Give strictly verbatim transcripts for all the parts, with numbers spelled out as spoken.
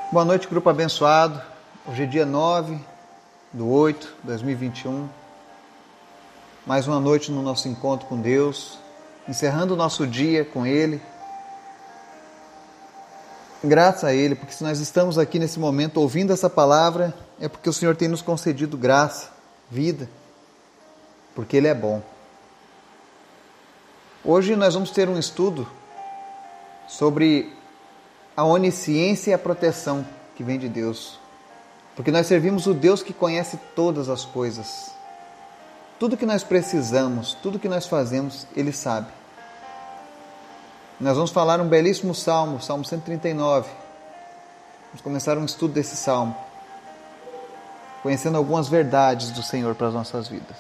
Boa noite, grupo abençoado. Hoje é dia nove de oito de dois mil e vinte e um. Mais uma noite no nosso encontro com Deus, encerrando o nosso dia com Ele. Graças a Ele, porque se nós estamos aqui nesse momento ouvindo essa palavra, é porque o Senhor tem nos concedido graça, vida, porque Ele é bom. Hoje nós vamos ter um estudo sobre a onisciência e a proteção que vem de Deus. Porque nós servimos o Deus que conhece todas as coisas. Tudo que nós precisamos, tudo que nós fazemos, Ele sabe. Nós vamos falar um belíssimo salmo, Salmo cento e trinta e nove. Vamos começar um estudo desse salmo, conhecendo algumas verdades do Senhor para as nossas vidas.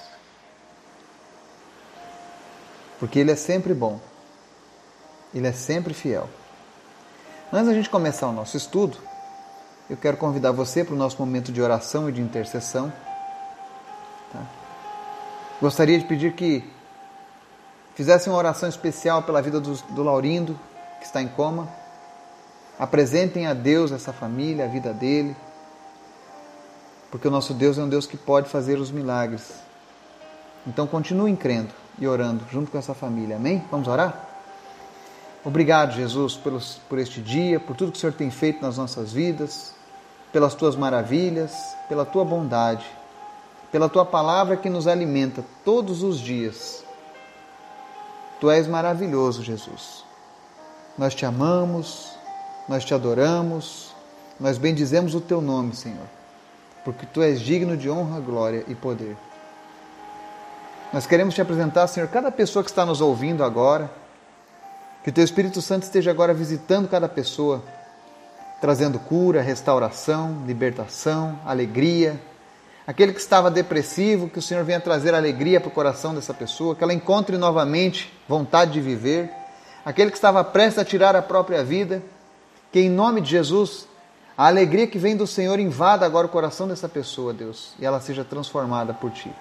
Porque Ele é sempre bom. Ele é sempre fiel. Antes da gente começar o nosso estudo, eu quero convidar você para o nosso momento de oração e de intercessão. Tá? Gostaria de pedir que fizessem uma oração especial pela vida do, do Laurindo, que está em coma. Apresentem a Deus essa família, a vida dele, porque o nosso Deus é um Deus que pode fazer os milagres. Então continuem crendo e orando junto com essa família, amém? Vamos orar? Obrigado, Jesus, pelos, por este dia, por tudo que o Senhor tem feito nas nossas vidas, pelas Tuas maravilhas, pela Tua bondade, pela Tua palavra que nos alimenta todos os dias. Tu és maravilhoso, Jesus. Nós Te amamos, nós Te adoramos, nós bendizemos o Teu nome, Senhor, porque Tu és digno de honra, glória e poder. Nós queremos Te apresentar, Senhor, cada pessoa que está nos ouvindo agora. Que o Teu Espírito Santo esteja agora visitando cada pessoa, trazendo cura, restauração, libertação, alegria. Aquele que estava depressivo, que o Senhor venha trazer alegria para o coração dessa pessoa, que ela encontre novamente vontade de viver. Aquele que estava prestes a tirar a própria vida, que em nome de Jesus, a alegria que vem do Senhor invada agora o coração dessa pessoa, Deus, e ela seja transformada por Ti.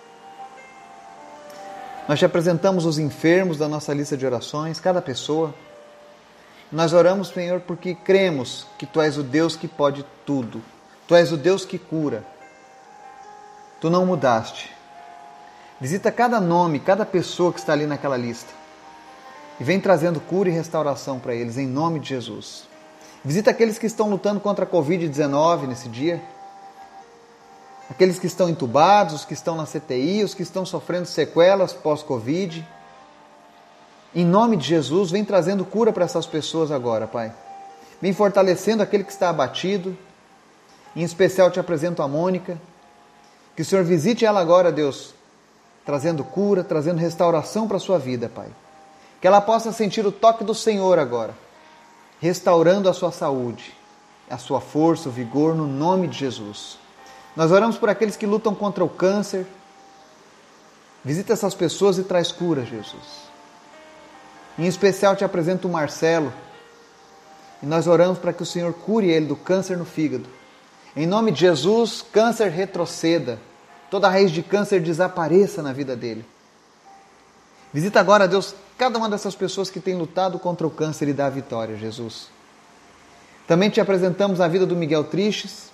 Nós Te apresentamos os enfermos da nossa lista de orações, cada pessoa. Nós oramos, Senhor, porque cremos que Tu és o Deus que pode tudo. Tu és o Deus que cura. Tu não mudaste. Visita cada nome, cada pessoa que está ali naquela lista. E vem trazendo cura e restauração para eles, em nome de Jesus. Visita aqueles que estão lutando contra a covid dezenove nesse dia. Aqueles que estão entubados, os que estão na C T I, os que estão sofrendo sequelas pós-Covid. Em nome de Jesus, vem trazendo cura para essas pessoas agora, Pai. Vem fortalecendo aquele que está abatido. Em especial te apresento a Mônica. Que o Senhor visite ela agora, Deus, trazendo cura, trazendo restauração para a sua vida, Pai. Que ela possa sentir o toque do Senhor agora, restaurando a sua saúde, a sua força, o vigor, no nome de Jesus. Nós oramos por aqueles que lutam contra o câncer. Visita essas pessoas e traz cura, Jesus. Em especial te apresento o Marcelo. E nós oramos para que o Senhor cure ele do câncer no fígado. Em nome de Jesus, câncer retroceda. Toda raiz de câncer desapareça na vida dele. Visita agora, Deus, cada uma dessas pessoas que tem lutado contra o câncer e dá a vitória, Jesus. Também te apresentamos a vida do Miguel Tristes.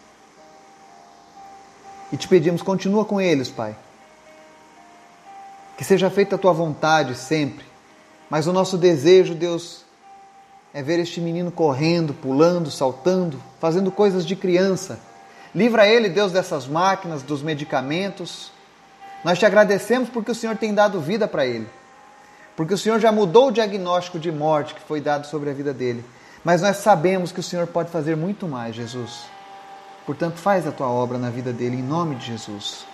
E te pedimos, continua com eles, Pai. Que seja feita a Tua vontade sempre. Mas o nosso desejo, Deus, é ver este menino correndo, pulando, saltando, fazendo coisas de criança. Livra ele, Deus, dessas máquinas, dos medicamentos. Nós te agradecemos porque o Senhor tem dado vida para ele. Porque o Senhor já mudou o diagnóstico de morte que foi dado sobre a vida dele. Mas nós sabemos que o Senhor pode fazer muito mais, Jesus. Portanto, faz a Tua obra na vida dele, em nome de Jesus.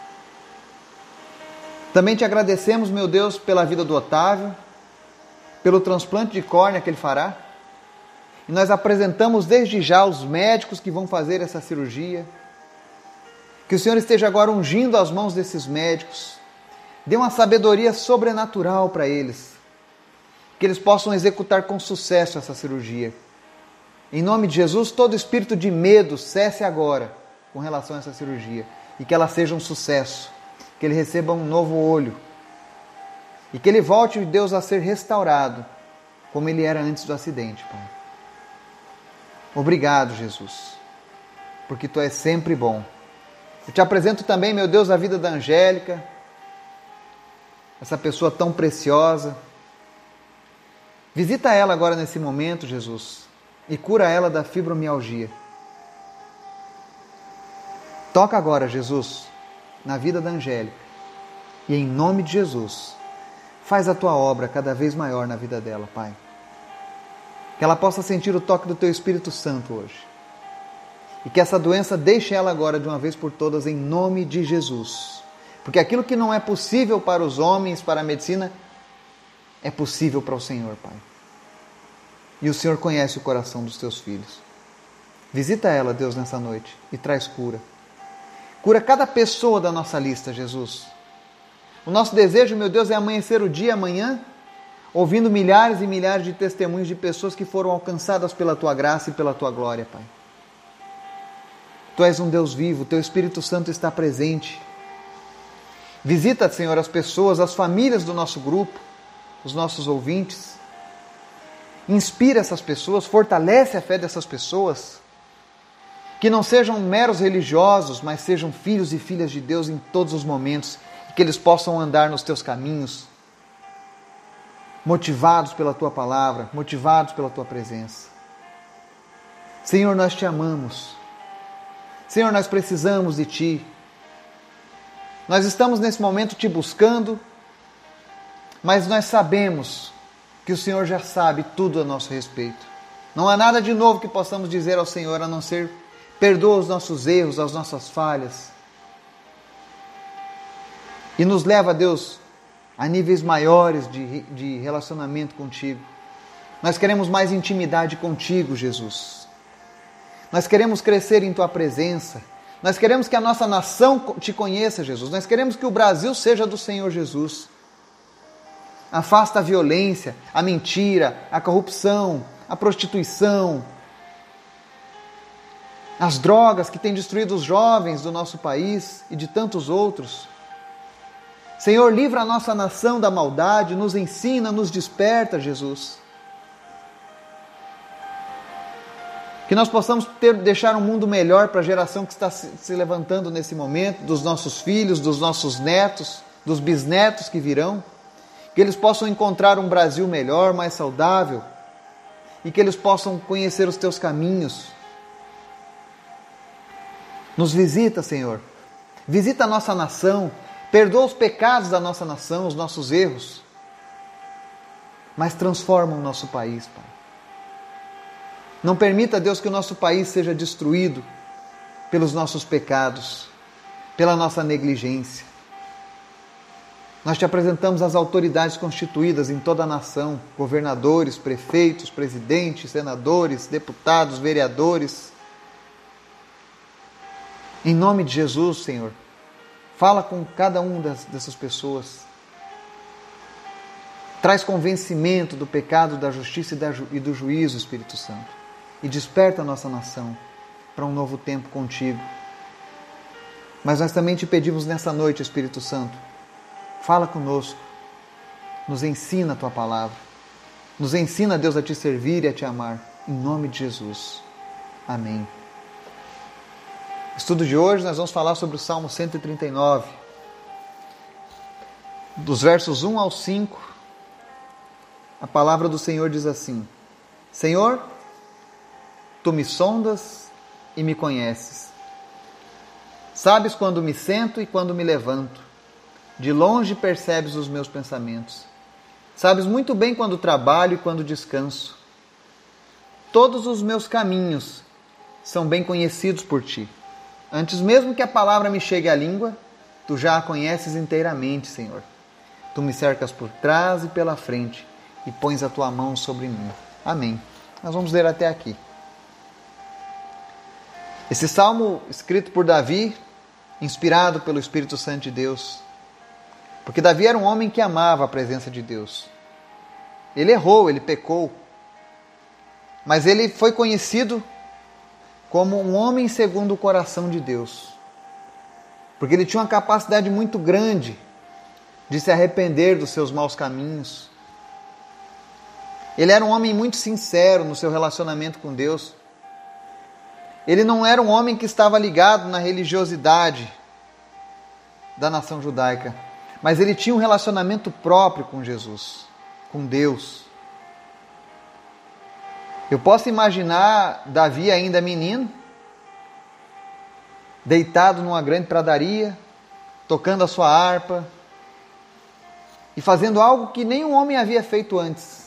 Também te agradecemos, meu Deus, pela vida do Otávio, pelo transplante de córnea que ele fará. E nós apresentamos desde já os médicos que vão fazer essa cirurgia. Que o Senhor esteja agora ungindo as mãos desses médicos. Dê uma sabedoria sobrenatural para eles. Que eles possam executar com sucesso essa cirurgia. Em nome de Jesus, todo espírito de medo cesse agora com relação a essa cirurgia. E que ela seja um sucesso. Que ele receba um novo olho. E que ele volte, Deus, a ser restaurado como ele era antes do acidente, Pai. Obrigado, Jesus, porque Tu és sempre bom. Eu Te apresento também, meu Deus, a vida da Angélica, essa pessoa tão preciosa. Visita ela agora nesse momento, Jesus, e cura ela da fibromialgia. Toca agora, Jesus, na vida da Angélica. E em nome de Jesus, faz a Tua obra cada vez maior na vida dela, Pai. Que ela possa sentir o toque do Teu Espírito Santo hoje. E que essa doença deixe ela agora de uma vez por todas em nome de Jesus. Porque aquilo que não é possível para os homens, para a medicina, é possível para o Senhor, Pai. E o Senhor conhece o coração dos Teus filhos. Visita ela, Deus, nessa noite e traz cura. Cura cada pessoa da nossa lista, Jesus. O nosso desejo, meu Deus, é amanhecer o dia amanhã, ouvindo milhares e milhares de testemunhos de pessoas que foram alcançadas pela Tua graça e pela Tua glória, Pai. Tu és um Deus vivo, Teu Espírito Santo está presente. Visita, Senhor, as pessoas, as famílias do nosso grupo, os nossos ouvintes. Inspira essas pessoas, fortalece a fé dessas pessoas. Que não sejam meros religiosos, mas sejam filhos e filhas de Deus em todos os momentos. E que eles possam andar nos Teus caminhos, motivados pela Tua palavra, motivados pela Tua presença. Senhor, nós Te amamos. Senhor, nós precisamos de Ti. Nós estamos nesse momento Te buscando, mas nós sabemos que o Senhor já sabe tudo a nosso respeito. Não há nada de novo que possamos dizer ao Senhor, a não ser: perdoa os nossos erros, as nossas falhas. E nos leva, Deus, a níveis maiores de, de relacionamento contigo. Nós queremos mais intimidade contigo, Jesus. Nós queremos crescer em Tua presença. Nós queremos que a nossa nação Te conheça, Jesus. Nós queremos que o Brasil seja do Senhor Jesus. Afasta a violência, a mentira, a corrupção, a prostituição, as drogas que têm destruído os jovens do nosso país e de tantos outros. Senhor, livra a nossa nação da maldade, nos ensina, nos desperta, Jesus. Que nós possamos ter, deixar um mundo melhor para a geração que está se, se levantando nesse momento, dos nossos filhos, dos nossos netos, dos bisnetos que virão. Que eles possam encontrar um Brasil melhor, mais saudável, e que eles possam conhecer os Teus caminhos. Nos visita, Senhor. Visita a nossa nação. Perdoa os pecados da nossa nação, os nossos erros. Mas transforma o nosso país, Pai. Não permita, Deus, que o nosso país seja destruído pelos nossos pecados, pela nossa negligência. Nós Te apresentamos as autoridades constituídas em toda a nação, governadores, prefeitos, presidentes, senadores, deputados, vereadores. Em nome de Jesus, Senhor, fala com cada uma das, dessas pessoas. Traz convencimento do pecado, da justiça e, da, e do juízo, Espírito Santo. E desperta a nossa nação para um novo tempo contigo. Mas nós também Te pedimos nessa noite, Espírito Santo, fala conosco, nos ensina a Tua palavra, nos ensina, Deus, a Te servir e a Te amar, em nome de Jesus. Amém. No estudo de hoje nós vamos falar sobre o Salmo cento e trinta e nove, dos versos um ao cinco, a palavra do Senhor diz assim: Senhor, Tu me sondas e me conheces. Sabes quando me sento e quando me levanto. De longe percebes os meus pensamentos. Sabes muito bem quando trabalho e quando descanso. Todos os meus caminhos são bem conhecidos por Ti. Antes mesmo que a palavra me chegue à língua, Tu já a conheces inteiramente, Senhor. Tu me cercas por trás e pela frente e pões a Tua mão sobre mim. Amém. Nós vamos ler até aqui. Esse salmo escrito por Davi, inspirado pelo Espírito Santo de Deus, porque Davi era um homem que amava a presença de Deus. Ele errou, ele pecou, mas ele foi conhecido como um homem segundo o coração de Deus, porque ele tinha uma capacidade muito grande de se arrepender dos seus maus caminhos. Ele era um homem muito sincero no seu relacionamento com Deus. Ele não era um homem que estava ligado na religiosidade da nação judaica, mas ele tinha um relacionamento próprio com Jesus, com Deus. Eu posso imaginar Davi ainda menino, deitado numa grande pradaria, tocando a sua harpa e fazendo algo que nenhum homem havia feito antes.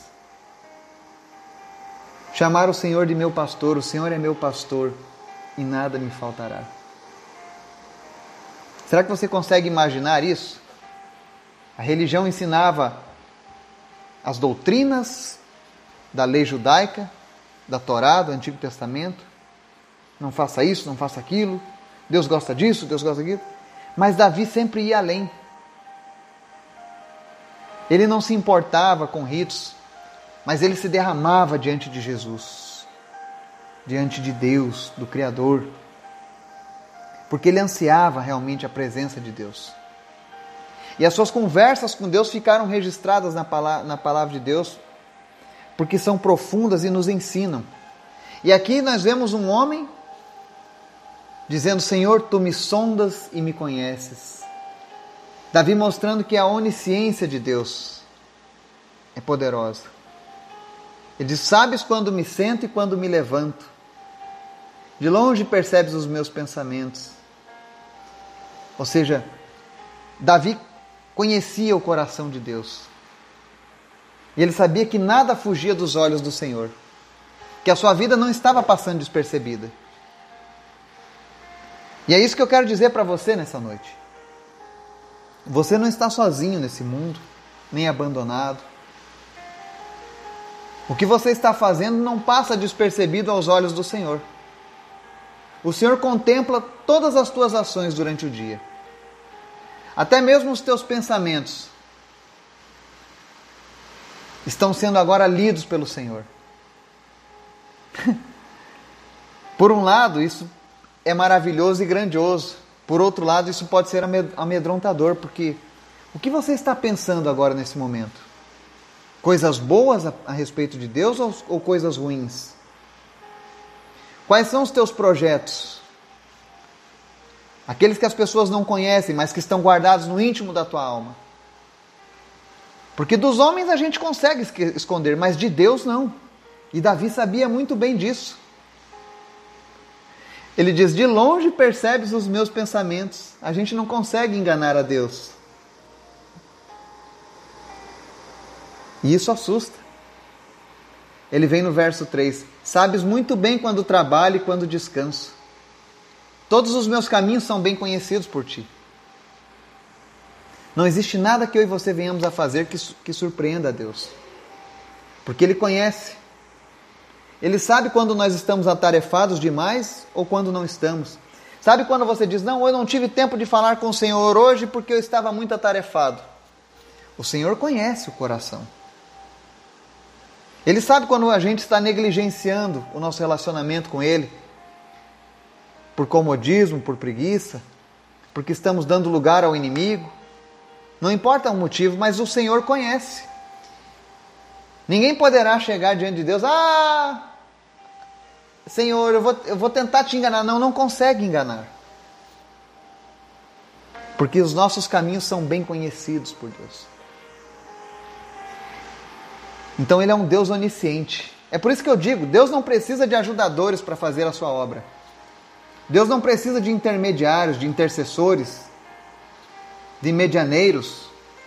Chamar o Senhor de meu pastor, o Senhor é meu pastor e nada me faltará. Será que você consegue imaginar isso? A religião ensinava as doutrinas da lei judaica, da Torá, do Antigo Testamento. Não faça isso, não faça aquilo. Deus gosta disso, Deus gosta daquilo. Mas Davi sempre ia além. Ele não se importava com ritos, mas ele se derramava diante de Jesus, diante de Deus, do Criador, porque ele ansiava realmente a presença de Deus. E as suas conversas com Deus ficaram registradas na palavra, na palavra de Deus, porque são profundas e nos ensinam. E aqui nós vemos um homem dizendo: Senhor, Tu me sondas e me conheces. Davi mostrando que a onisciência de Deus é poderosa. Ele diz: sabes quando me sento e quando me levanto. De longe percebes os meus pensamentos. Ou seja, Davi conhecia o coração de Deus. E ele sabia que nada fugia dos olhos do Senhor. Que a sua vida não estava passando despercebida. E é isso que eu quero dizer para você nessa noite. Você não está sozinho nesse mundo, nem abandonado. O que você está fazendo não passa despercebido aos olhos do Senhor. O Senhor contempla todas as tuas ações durante o dia. Até mesmo os teus pensamentos estão sendo agora lidos pelo Senhor. Por um lado, isso é maravilhoso e grandioso. Por outro lado, isso pode ser amedrontador, porque o que você está pensando agora nesse momento? Coisas boas a, a respeito de Deus ou, ou coisas ruins? Quais são os teus projetos? Aqueles que as pessoas não conhecem, mas que estão guardados no íntimo da tua alma. Porque dos homens a gente consegue esconder, mas de Deus não. E Davi sabia muito bem disso. Ele diz: de longe percebes os meus pensamentos. A gente não consegue enganar a Deus. E isso assusta. Ele vem no verso três. Sabes muito bem quando trabalho e quando descanso. Todos os meus caminhos são bem conhecidos por ti. Não existe nada que eu e você venhamos a fazer que, que surpreenda a Deus. Porque Ele conhece. Ele sabe quando nós estamos atarefados demais ou quando não estamos. Sabe quando você diz: não, eu não tive tempo de falar com o Senhor hoje porque eu estava muito atarefado. O Senhor conhece o coração. Ele sabe quando a gente está negligenciando o nosso relacionamento com Ele. Por comodismo, por preguiça, porque estamos dando lugar ao inimigo. Não importa o motivo, mas o Senhor conhece. Ninguém poderá chegar diante de Deus: ah, Senhor, eu vou, eu vou tentar te enganar. Não, não consegue enganar. Porque os nossos caminhos são bem conhecidos por Deus. Então Ele é um Deus onisciente. É por isso que eu digo, Deus não precisa de ajudadores para fazer a sua obra. Deus não precisa de intermediários, de intercessores, de medianeiros,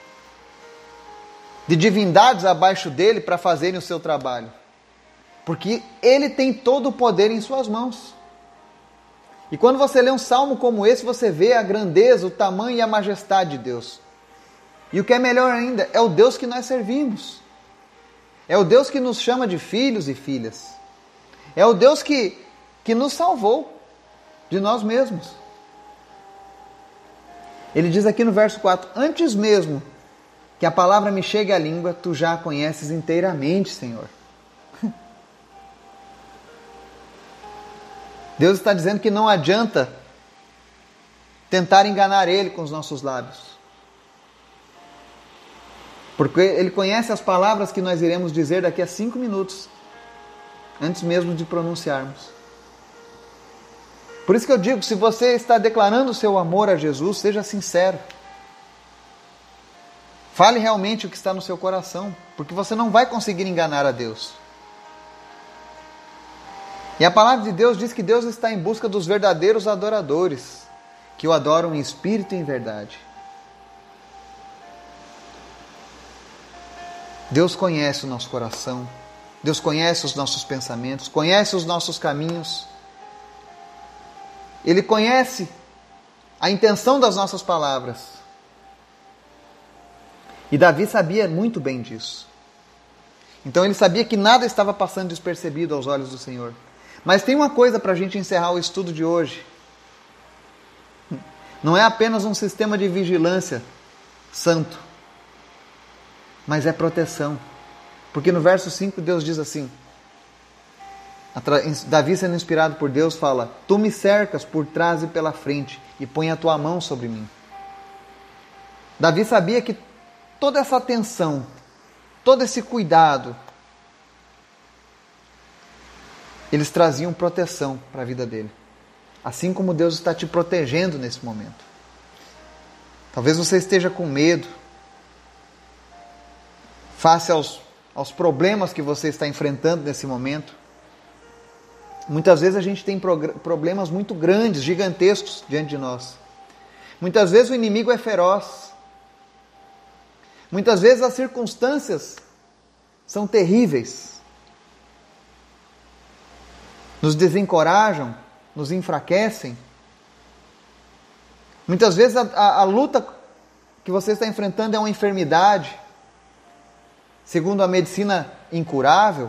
de divindades abaixo dele para fazerem o seu trabalho. Porque Ele tem todo o poder em suas mãos. E quando você lê um salmo como esse, você vê a grandeza, o tamanho e a majestade de Deus. E o que é melhor ainda, é o Deus que nós servimos. É o Deus que nos chama de filhos e filhas. É o Deus que, que nos salvou de nós mesmos. Ele diz aqui no verso quatro: antes mesmo que a palavra me chegue à língua, tu já a conheces inteiramente, Senhor. Deus está dizendo que não adianta tentar enganar Ele com os nossos lábios. Porque Ele conhece as palavras que nós iremos dizer daqui a cinco minutos, antes mesmo de pronunciarmos. Por isso que eu digo, se você está declarando o seu amor a Jesus, seja sincero. Fale realmente o que está no seu coração, porque você não vai conseguir enganar a Deus. E a palavra de Deus diz que Deus está em busca dos verdadeiros adoradores, que o adoram em espírito e em verdade. Deus conhece o nosso coração, Deus conhece os nossos pensamentos, conhece os nossos caminhos. Ele conhece a intenção das nossas palavras. E Davi sabia muito bem disso. Então ele sabia que nada estava passando despercebido aos olhos do Senhor. Mas tem uma coisa para a gente encerrar o estudo de hoje. Não é apenas um sistema de vigilância santo, mas é proteção. Porque no verso cinco Deus diz assim, Davi sendo inspirado por Deus fala: tu me cercas por trás e pela frente e põe a tua mão sobre mim. Davi sabia que toda essa atenção, todo esse cuidado, eles traziam proteção para a vida dele. Assim como Deus está te protegendo nesse momento. Talvez você esteja com medo, face aos, aos problemas que você está enfrentando nesse momento. Muitas vezes a gente tem problemas muito grandes, gigantescos diante de nós. Muitas vezes o inimigo é feroz. Muitas vezes as circunstâncias são terríveis. Nos desencorajam, nos enfraquecem. Muitas vezes a, a, a luta que você está enfrentando é uma enfermidade, segundo a medicina incurável.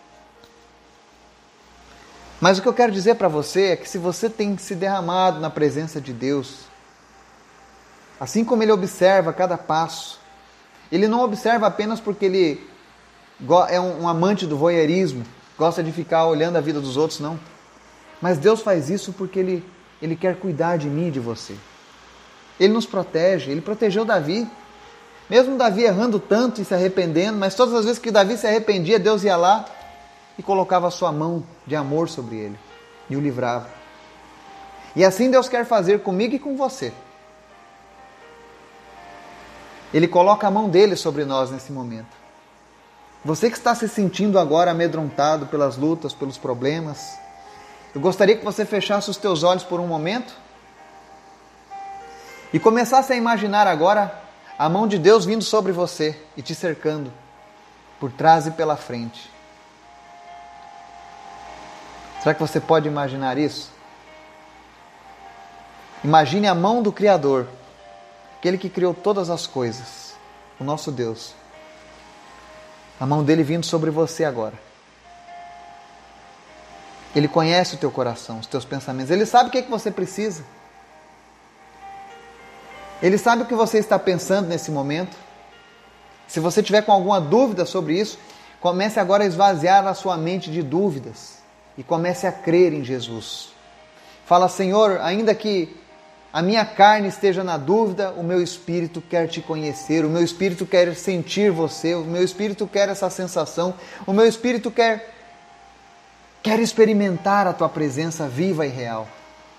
Mas o que eu quero dizer para você é que se você tem se derramado na presença de Deus, assim como Ele observa cada passo, Ele não observa apenas porque Ele é um, um amante do voyeurismo, gosta de ficar olhando a vida dos outros, não. Mas Deus faz isso porque Ele, Ele quer cuidar de mim e de você. Ele nos protege, Ele protegeu Davi. Mesmo Davi errando tanto e se arrependendo, mas todas as vezes que Davi se arrependia, Deus ia lá e colocava a sua mão de amor sobre ele e o livrava. E assim Deus quer fazer comigo e com você. Ele coloca a mão dele sobre nós nesse momento. Você que está se sentindo agora amedrontado pelas lutas, pelos problemas, eu gostaria que você fechasse os teus olhos por um momento e começasse a imaginar agora a mão de Deus vindo sobre você e te cercando por trás e pela frente. Será que você pode imaginar isso? Imagine a mão do Criador, aquele que criou todas as coisas, o nosso Deus. A mão dele vindo sobre você agora. Ele conhece o teu coração, os teus pensamentos. Ele sabe o que é que você precisa. Ele sabe o que você está pensando nesse momento. Se você tiver com alguma dúvida sobre isso, comece agora a esvaziar a sua mente de dúvidas e comece a crer em Jesus. Fala: Senhor, ainda que a minha carne esteja na dúvida, o meu espírito quer te conhecer, o meu espírito quer sentir você, o meu espírito quer essa sensação, o meu espírito quer, quer experimentar a tua presença viva e real.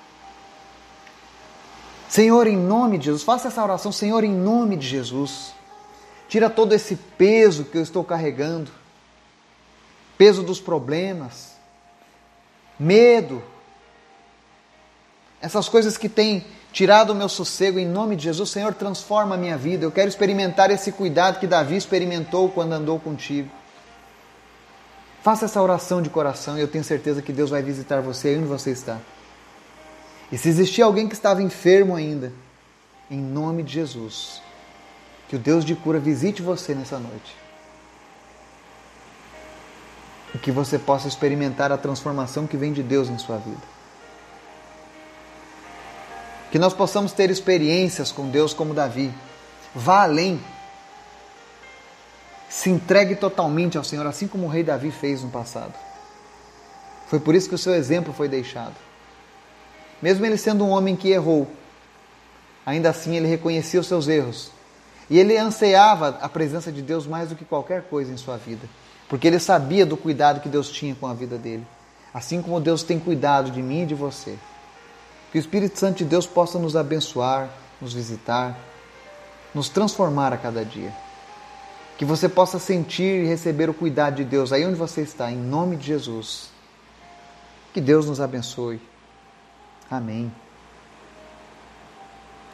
Senhor, em nome de Jesus, faça essa oração. Senhor, em nome de Jesus, tira todo esse peso que eu estou carregando, peso dos problemas, medo, essas coisas que têm tirado o meu sossego. Em nome de Jesus, Senhor, transforma a minha vida. Eu quero experimentar esse cuidado que Davi experimentou quando andou contigo. Faça essa oração de coração e eu tenho certeza que Deus vai visitar você aí onde você está. E se existir alguém que estava enfermo ainda, em nome de Jesus, que o Deus de cura visite você nessa noite. E que você possa experimentar a transformação que vem de Deus em sua vida. Que nós possamos ter experiências com Deus como Davi. Vá além. Se entregue totalmente ao Senhor, assim como o rei Davi fez no passado. Foi por isso que o seu exemplo foi deixado. Mesmo ele sendo um homem que errou, ainda assim ele reconhecia os seus erros. E ele ansiava a presença de Deus mais do que qualquer coisa em sua vida. Porque ele sabia do cuidado que Deus tinha com a vida dele. Assim como Deus tem cuidado de mim e de você. Que o Espírito Santo de Deus possa nos abençoar, nos visitar, nos transformar a cada dia. Que você possa sentir e receber o cuidado de Deus aí onde você está, em nome de Jesus. Que Deus nos abençoe. Amém.